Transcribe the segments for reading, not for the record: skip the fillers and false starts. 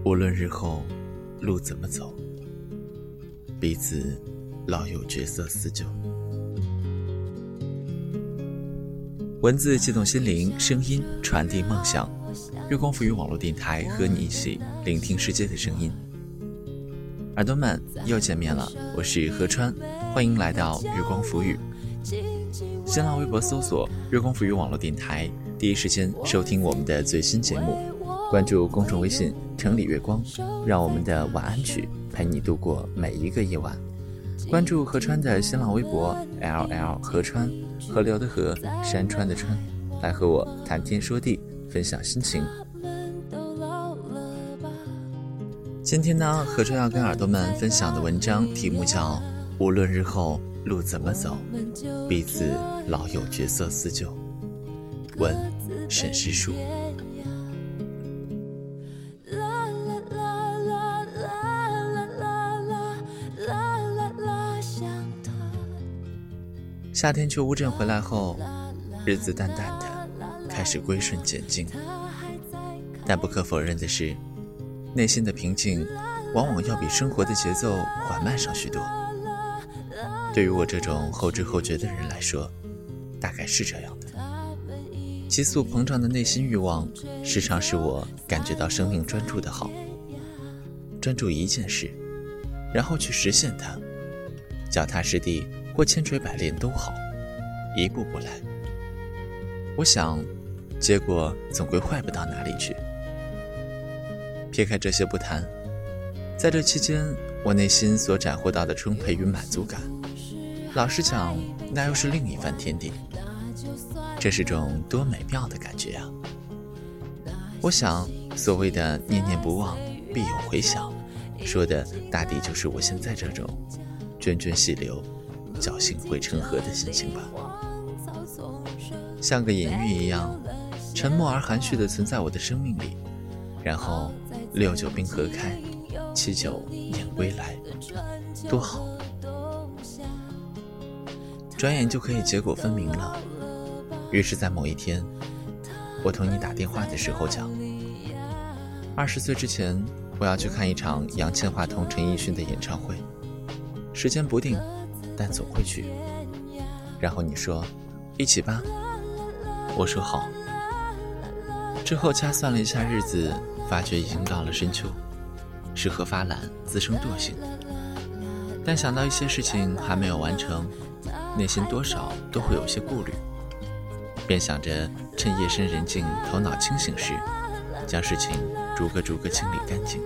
无论日后路怎么走，彼此老有角色思旧。文字激动心灵，声音传递梦想。月光浮语网络电台和你一起聆听世界的声音。耳朵们又见面了，我是何川，欢迎来到月光浮语。新浪微博搜索月光浮语网络电台，第一时间收听我们的最新节目。关注公众微信城里月光，让我们的晚安曲陪你度过每一个夜晚。关注何川的新浪微博 LL 何川，河流的河，山川的川，来和我谈天说地，分享心情。今天呢，何川要跟耳朵们分享的文章题目叫无论日后路怎么走，彼此老有角色思旧。文沈诗树。夏天去乌镇回来后，日子淡淡的开始归顺简静，但不可否认的是，内心的平静往往要比生活的节奏缓慢上许多。对于我这种后知后觉的人来说，大概是这样的。急速膨胀的内心欲望时常使我感觉到生命专注的好，专注一件事，然后去实现它，脚踏实地或千锤百炼都好，一步步来。我想结果总归坏不到哪里去。撇开这些不谈，在这期间我内心所斩获到的充沛与满足感，老实讲那又是另一番天地。这是种多美妙的感觉啊。我想所谓的念念不忘必有回响，说的大抵就是我现在这种涓涓细流侥幸汇成河的心情吧。像个隐喻一样，沉默而含蓄地存在我的生命里，然后6九冰河开，7九雁归来，多好。转眼就可以结果分明了。于是在某一天，我同你打电话的时候讲，20岁之前我要去看一场杨千嬅同陈奕迅的演唱会，时间不定，但总会去。然后你说一起吧，我说好。之后掐算了一下日子，发觉已经到了深秋，适合发懒，滋生惰性。但想到一些事情还没有完成，内心多少都会有些顾虑，便想着趁夜深人静头脑清醒时，将事情逐个清理干净。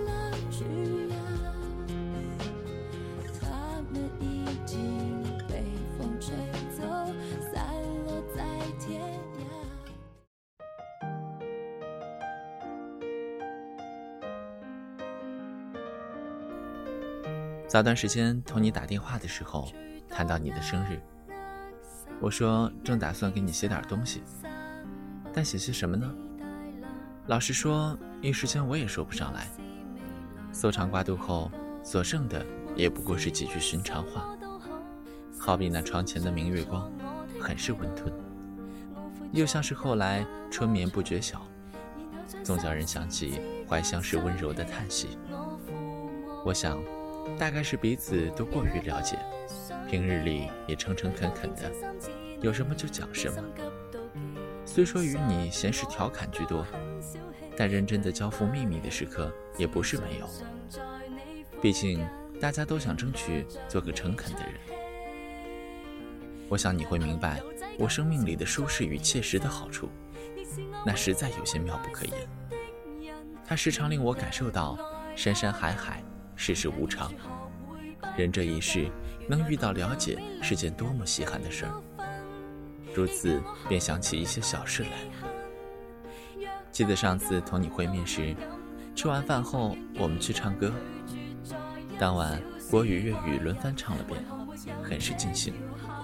早段时间同你打电话的时候，谈到你的生日，我说正打算给你写点东西，但写些什么呢？老实说，一时间我也说不上来。搜肠刮肚后，所剩的也不过是几句寻常话，好比那床前的明月光，很是温吞，又像是后来春眠不觉晓，总叫人想起怀乡时温柔的叹息。我想大概是彼此都过于了解，平日里也诚诚恳恳的，有什么就讲什么。虽说与你闲时调侃居多，但认真的交付秘密的时刻也不是没有。毕竟大家都想争取做个诚恳的人。我想你会明白我生命里的舒适与切实的好处，那实在有些妙不可言。它时常令我感受到山山海海，世事无常，人这一世能遇到了解是件多么稀罕的事儿。如此便想起一些小事来。记得上次同你会面时，吃完饭后我们去唱歌，当晚国语粤语轮番唱了遍，很是尽兴。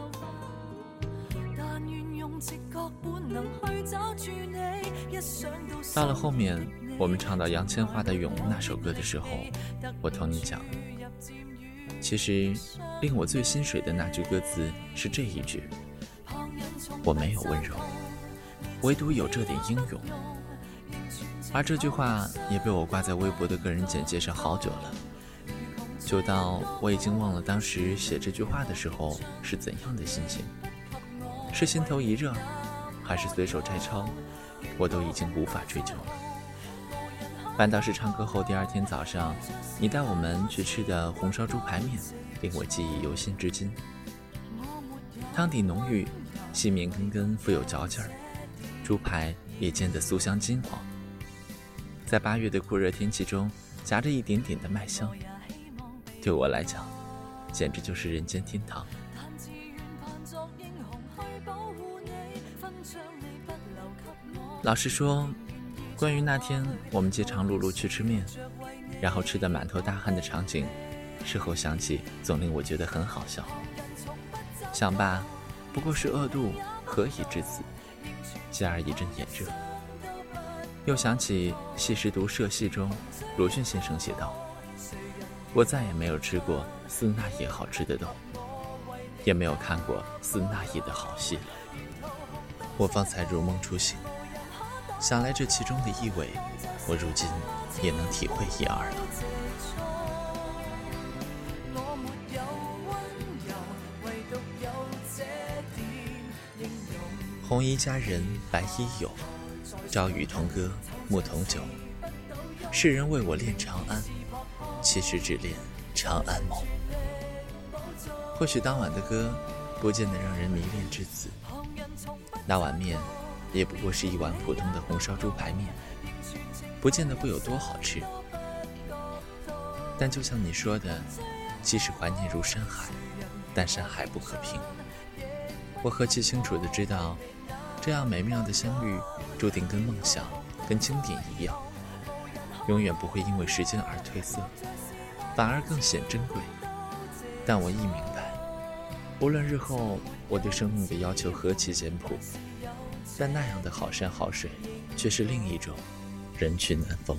到了后面我们唱到杨千嬅的《咏》那首歌的时候，我同你讲，其实令我最心水的那句歌词是这一句：我没有温柔，唯独有这点英勇。 而这句话也被我挂在微博的个人简介上好久了，久到我已经忘了当时写这句话的时候是怎样的心情，是心头一热，还是随手摘抄，我都已经无法追究了。反倒是唱歌后第二天早上，你带我们去吃的红烧猪排面，令我记忆犹新至今。汤底浓郁，细面根根富有嚼劲儿，猪排也煎得酥香金黄。在8月的酷热天气中，夹着一点点的麦香，对我来讲，简直就是人间天堂。老实说，关于那天我们饥肠辘辘去吃面，然后吃得满头大汗的场景，事后想起总令我觉得很好笑。想吧，不过是饿肚，何以至此？继而一阵眼热。又想起《戏食读社戏》中鲁迅先生写道：我再也没有吃过似那野好吃的豆，也没有看过似那野的好戏了。我方才如梦初醒，想来这其中的意味，我如今也能体会一二了。红衣佳人白衣有，朝与同歌暮同酒。世人为我恋长安，其实只恋长安梦。或许当晚的歌不见得让人迷恋至此，那碗面也不过是一碗普通的红烧猪排面，不见得会有多好吃。但就像你说的，即使怀念如山海，但山海不可平。我何其清楚地知道，这样美妙的相遇注定跟梦想跟经典一样，永远不会因为时间而褪色，反而更显珍贵。但我亦明白，无论日后我对生命的要求何其简朴，但那样的好山好水却是另一种人去难逢。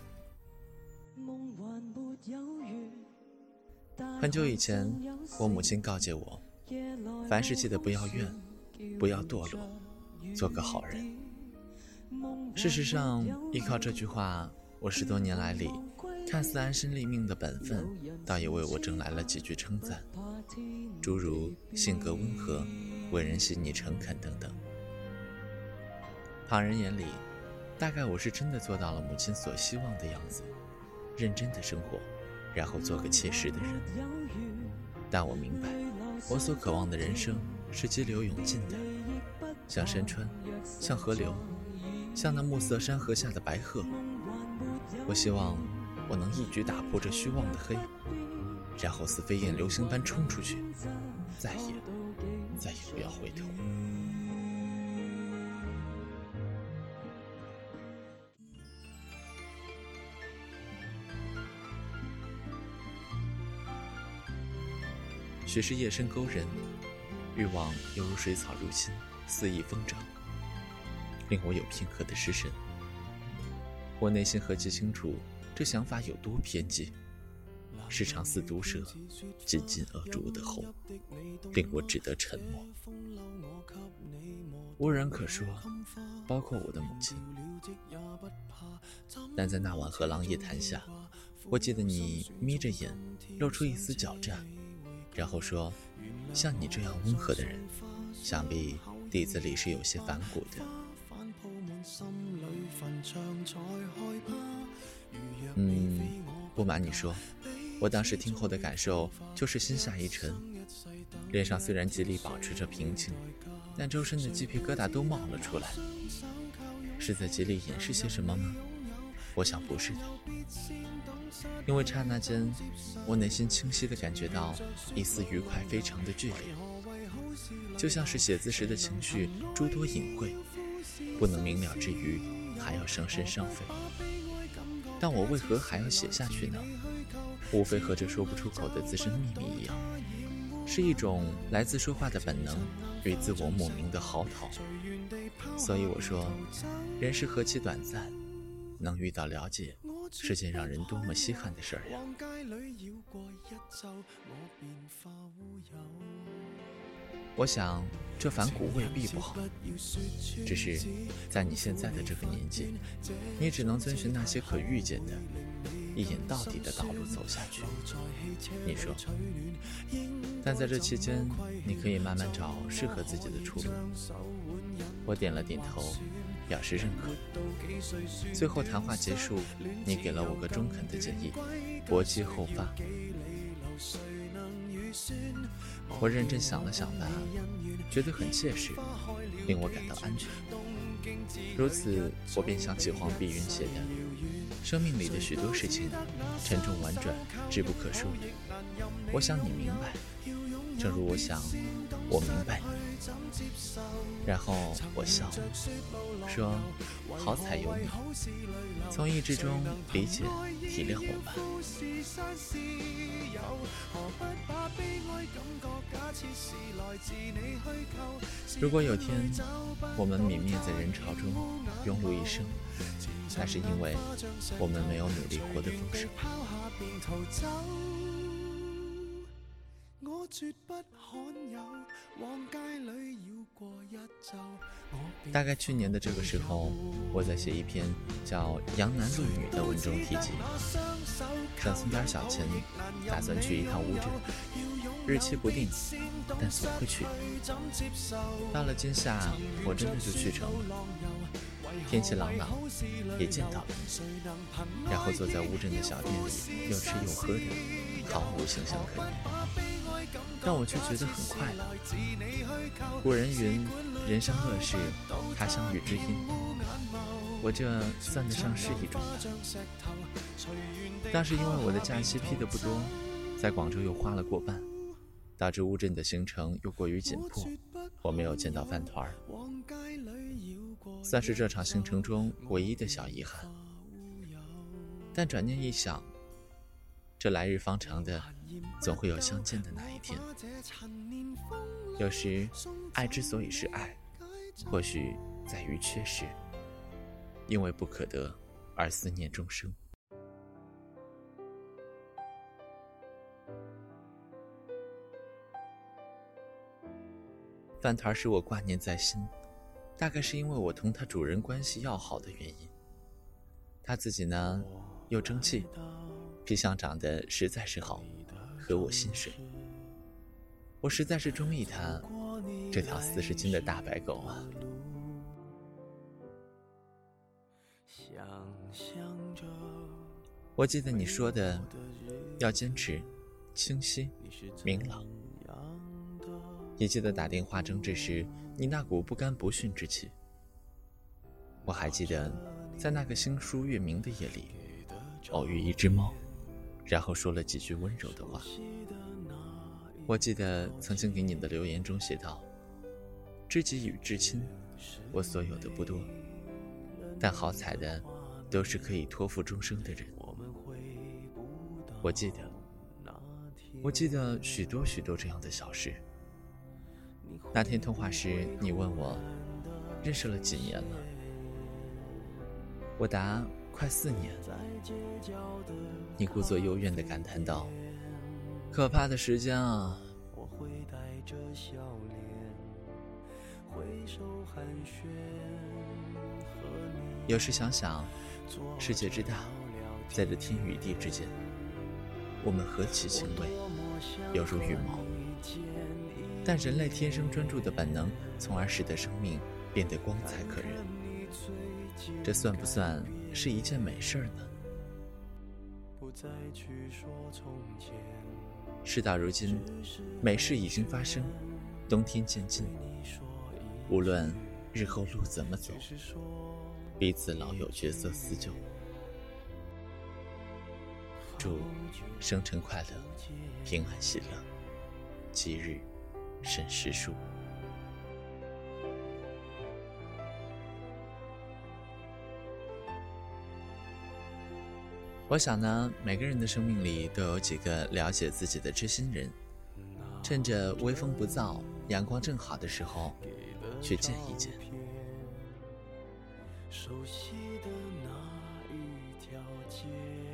很久以前，我母亲告诫我，凡事记得不要怨，不要堕落，做个好人。事实上，依靠这句话，我10多年来里看似安身立命的本分，倒也为我争来了几句称赞，诸如性格温和、为人细腻诚恳等等。旁人眼里，大概我是真的做到了母亲所希望的样子，认真的生活，然后做个切实的人。但我明白，我所渴望的人生是激流勇进的，像山川，像河流，像那暮色山河下的白鹤。我希望我能一举打破这虚妄的黑，然后似飞燕流星般冲出去，再也不要回头。许是夜深勾人，欲望犹如水草入侵，肆意疯长，令我有片刻的失神。我内心何其清楚，这想法有多偏激，时常似毒蛇紧紧扼住我的喉，令我只得沉默。无人可说，包括我的母亲。但在那晚和狼夜谈下，我记得你眯着眼，露出一丝狡诈，然后说，像你这样温和的人，想必底子里是有些反骨的。不瞒你说，我当时听后的感受就是心下一沉，脸上虽然极力保持着平静，但周身的鸡皮疙瘩都冒了出来。是在极力掩饰些什么吗？我想不是的，因为刹那间，我内心清晰地感觉到一丝愉快非常的剧烈，就像是写字时的情绪诸多隐晦，不能明了之余，还要伤身伤肺。但我为何还要写下去呢？无非和这说不出口的自身秘密一样，是一种来自说话的本能与自我莫名的嚎啕。所以我说，人世何其短暂，能遇到了解是件让人多么稀罕的事儿呀。我想这反骨未必不好，只是在你现在的这个年纪，你只能遵循那些可预见的一眼到底的道路走下去，你说？但在这期间，你可以慢慢找适合自己的出路。我点了点头，表示认可。最后谈话结束，你给了我个中肯的建议：薄期后发。我认真想了想吧，觉得很切实，令我感到安全。如此，我便想起黄碧云写的：生命里的许多事情沉重婉转，志不可数也。我想你明白，正如我想我明白你。然后我笑了，说好彩有你，从意志中理解体谅我吧。如果有天我们泯灭在人潮中，庸碌一生，那是因为我们没有努力活得丰盛。大概去年的这个时候，我在写一篇叫《杨男论女》的文中提及，想存点小钱，打算去一趟乌镇，日期不定，但总会去。到了今夏，我真的就去成了。天气朗朗，也见到了你，然后坐在乌镇的小店里，又吃又喝的，毫无形象可言。但我却觉得很快乐。古人云：人生乐事，他乡遇知音。我这算得上是一种吧。当时因为我的假期批得不多，在广州又花了过半，导致乌镇的行程又过于紧迫，我没有见到饭团，算是这场行程中唯一的小遗憾。但转念一想，这来日方长的，总会有相见的那一天。有时爱之所以是爱，或许在于缺失，因为不可得而思念终生。饭团使我挂念在心，大概是因为我同他主人关系要好的原因。他自己呢，又争气，皮相长得实在是好，合我心水。我实在是中意他这条40斤的大白狗啊。我记得你说的要坚持、清晰、明朗，也记得打电话争执时你那股不甘不驯之气。我还记得在那个星疏月明的夜里，偶遇一只猫，然后说了几句温柔的话。我记得曾经给你的留言中写道：知己与至亲，我所有的不多，但好彩的都是可以托付终生的人。我记得许多许多这样的小事。那天通话时，你问我认识了几年了，我答快4年。你故作幽怨地感叹道：可怕的时间啊。有时想想，世界之大，在这天与地之间，我们何其轻微，犹如羽毛。但人类天生专注的本能，从而使得生命变得光彩可人。这算不算是一件美事呢？事到如今，美事已经发生，冬天渐近，无论日后路怎么走，彼此老有角色思旧。祝生辰快乐，平安喜乐，吉日甚是数。我想呢，每个人的生命里都有几个了解自己的知心人，趁着微风不燥、阳光正好的时候，去见一见。 解，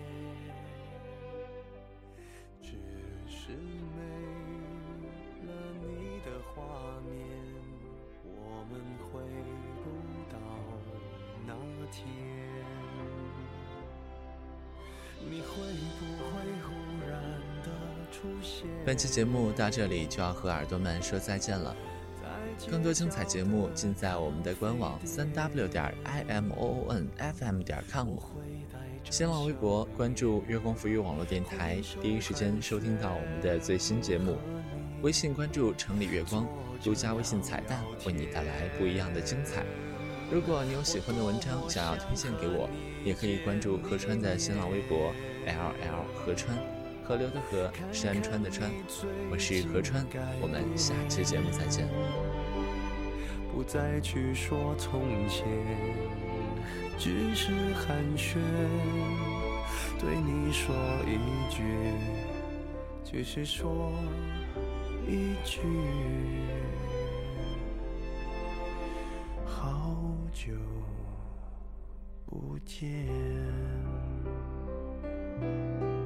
只是没了你的画面，我们回不到那天。你会不会忽然的出现？ 本期节目到这里就要和耳朵们说再见了。更多精彩节目尽在我们的官网3w.imoonfm.com， 新浪微博关注月光浮语网络电台，第一时间收听到我们的最新节目。微信关注城里月光，独家微信彩蛋为你带来不一样的精彩。如果你有喜欢的文章想要推荐给我，也可以关注河川的新浪微博 LL 河川，河流的河，山川的川。我是河川，我们下期节目再见。 不再去说从前，只是寒暄，对你说一句，只是说一句，好久不见。